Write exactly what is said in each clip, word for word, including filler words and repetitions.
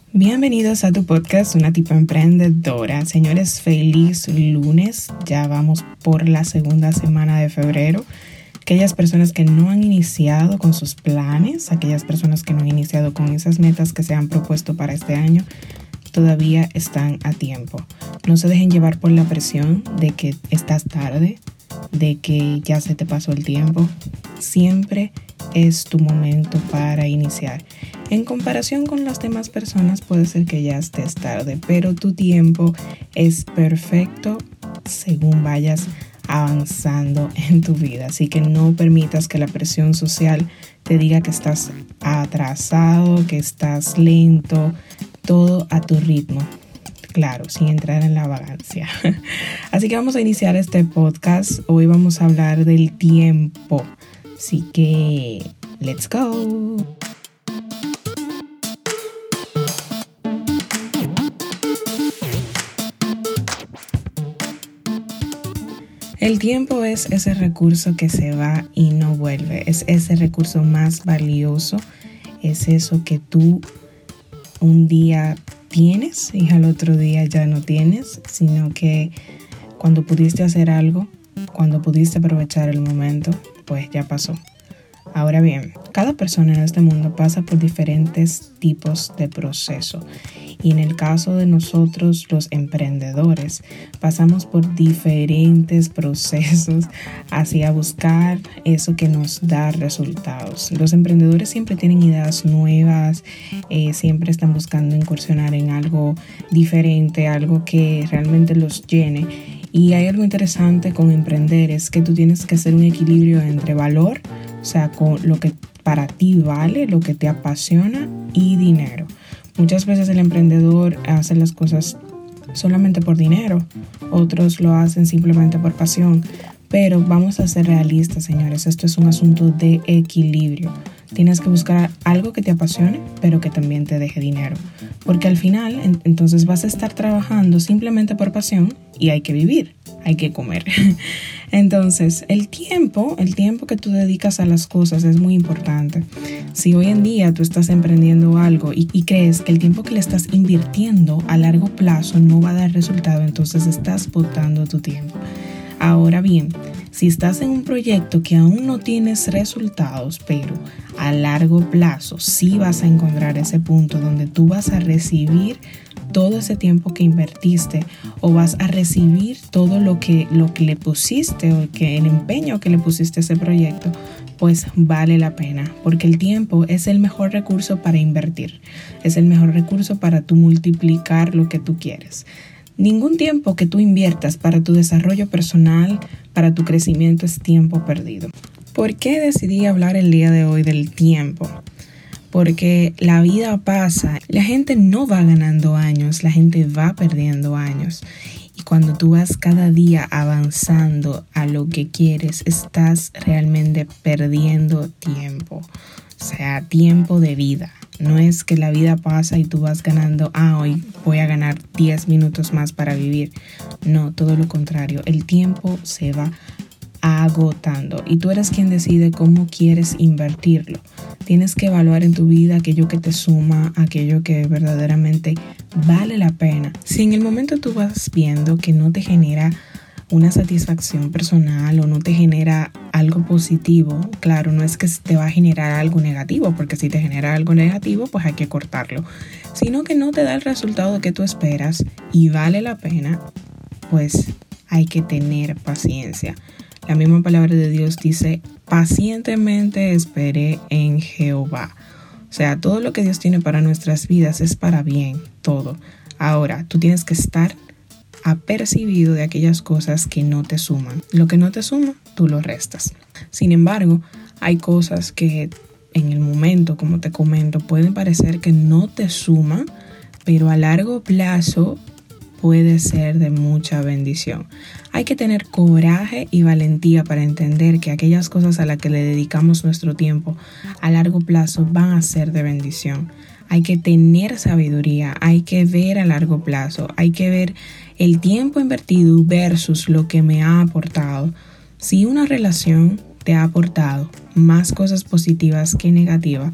Bienvenidos a tu podcast, Una Tipa Emprendedora. Señores, feliz lunes. Ya vamos por la segunda semana de febrero. Aquellas personas que no han iniciado con sus planes, aquellas personas que no han iniciado con esas metas que se han propuesto para este año, todavía están a tiempo. No se dejen llevar por la presión de que estás tarde, de que ya se te pasó el tiempo. Siempre es tu momento para iniciar. En comparación con las demás personas puede ser que ya estés tarde, pero tu tiempo es perfecto según vayas avanzando en tu vida. Así que no permitas que la presión social te diga que estás atrasado, que estás lento, todo a tu ritmo. Claro, sin entrar en la vagancia. Así que vamos a iniciar este podcast. Hoy vamos a hablar del tiempo. Así que, let's go. El tiempo es ese recurso que se va y no vuelve. Es ese recurso más valioso. Es eso que tú un día tienes y al otro día ya no tienes, sino que cuando pudiste hacer algo, cuando pudiste aprovechar el momento, pues ya pasó. Ahora bien, cada persona en este mundo pasa por diferentes tipos de proceso. Y en el caso de nosotros, los emprendedores, pasamos por diferentes procesos hacia buscar eso que nos da resultados. Los emprendedores siempre tienen ideas nuevas, eh, siempre están buscando incursionar en algo diferente, algo que realmente los llene. Y hay algo interesante con emprender, es que tú tienes que hacer un equilibrio entre valor, o sea, con lo que para ti vale, lo que te apasiona, y dinero. Muchas veces el emprendedor hace las cosas solamente por dinero, otros lo hacen simplemente por pasión, pero vamos a ser realistas, señores, esto es un asunto de equilibrio. Tienes que buscar algo que te apasione, pero que también te deje dinero, porque al final en- entonces vas a estar trabajando simplemente por pasión y hay que vivir, hay que comer. Entonces, el tiempo, el tiempo que tú dedicas a las cosas es muy importante. Si hoy en día tú estás emprendiendo algo y, y crees que el tiempo que le estás invirtiendo a largo plazo no va a dar resultado, entonces estás botando tu tiempo. Ahora bien, si estás en un proyecto que aún no tienes resultados, pero a largo plazo sí vas a encontrar ese punto donde tú vas a recibir todo ese tiempo que invertiste o vas a recibir todo lo que, lo que le pusiste o que el empeño que le pusiste a ese proyecto, pues vale la pena, porque el tiempo es el mejor recurso para invertir, es el mejor recurso para tú multiplicar lo que tú quieres. Ningún tiempo que tú inviertas para tu desarrollo personal, para tu crecimiento, es tiempo perdido. ¿Por qué decidí hablar el día de hoy del tiempo? Porque la vida pasa, la gente no va ganando años, la gente va perdiendo años. Y cuando tú vas cada día avanzando a lo que quieres, estás realmente perdiendo tiempo. O sea, tiempo de vida. No es que la vida pasa y tú vas ganando, ah, hoy voy a ganar diez minutos más para vivir. No, todo lo contrario. El tiempo se va agotando y tú eres quien decide cómo quieres invertirlo. Tienes que evaluar en tu vida aquello que te suma, aquello que verdaderamente vale la pena. Si en el momento tú vas viendo que no te genera una satisfacción personal o no te genera algo positivo, claro, no es que te va a generar algo negativo, porque si te genera algo negativo, pues hay que cortarlo, sino que no te da el resultado que tú esperas y vale la pena, pues hay que tener paciencia. La misma palabra de Dios dice, pacientemente esperé en Jehová. O sea, todo lo que Dios tiene para nuestras vidas es para bien, todo. Ahora, tú tienes que estar apercibido de aquellas cosas que no te suman. Lo que no te suma, tú lo restas. Sin embargo, hay cosas que en el momento, como te comento, pueden parecer que no te suman, pero a largo plazo puede ser de mucha bendición. Hay que tener coraje y valentía para entender que aquellas cosas a las que le dedicamos nuestro tiempo a largo plazo van a ser de bendición. Hay que tener sabiduría, hay que ver a largo plazo, hay que ver el tiempo invertido versus lo que me ha aportado. Si una relación te ha aportado más cosas positivas que negativas,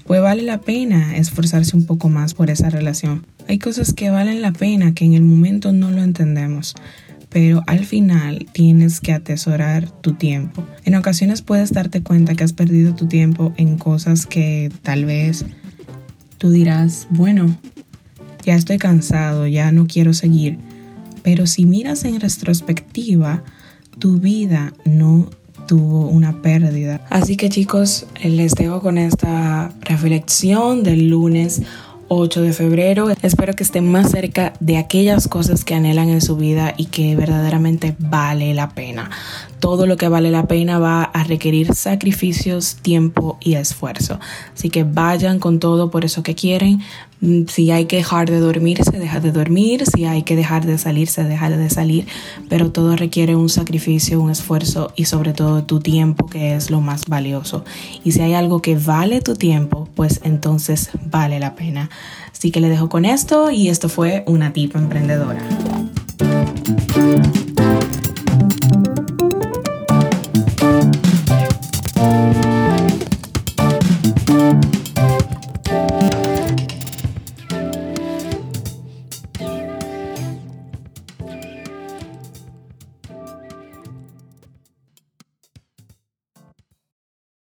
pues vale la pena esforzarse un poco más por esa relación. Hay cosas que valen la pena que en el momento no lo entendemos, pero al final tienes que atesorar tu tiempo. En ocasiones puedes darte cuenta que has perdido tu tiempo en cosas que tal vez tú dirás, bueno, ya estoy cansado, ya no quiero seguir. Pero si miras en retrospectiva, tu vida no tuvo una pérdida. Así que chicos, les dejo con esta reflexión del lunes ocho de febrero. Espero que estén más cerca de aquellas cosas que anhelan en su vida y que verdaderamente vale la pena. Todo lo que vale la pena va a requerir sacrificios, tiempo y esfuerzo. Así que vayan con todo por eso que quieren. Si hay que dejar de dormir, se deja de dormir. Si hay que dejar de salir, se deja de salir. Pero todo requiere un sacrificio, un esfuerzo y sobre todo tu tiempo, que es lo más valioso. Y si hay algo que vale tu tiempo, pues entonces vale la pena. Así que le dejo con esto y esto fue Una Tipa Emprendedora.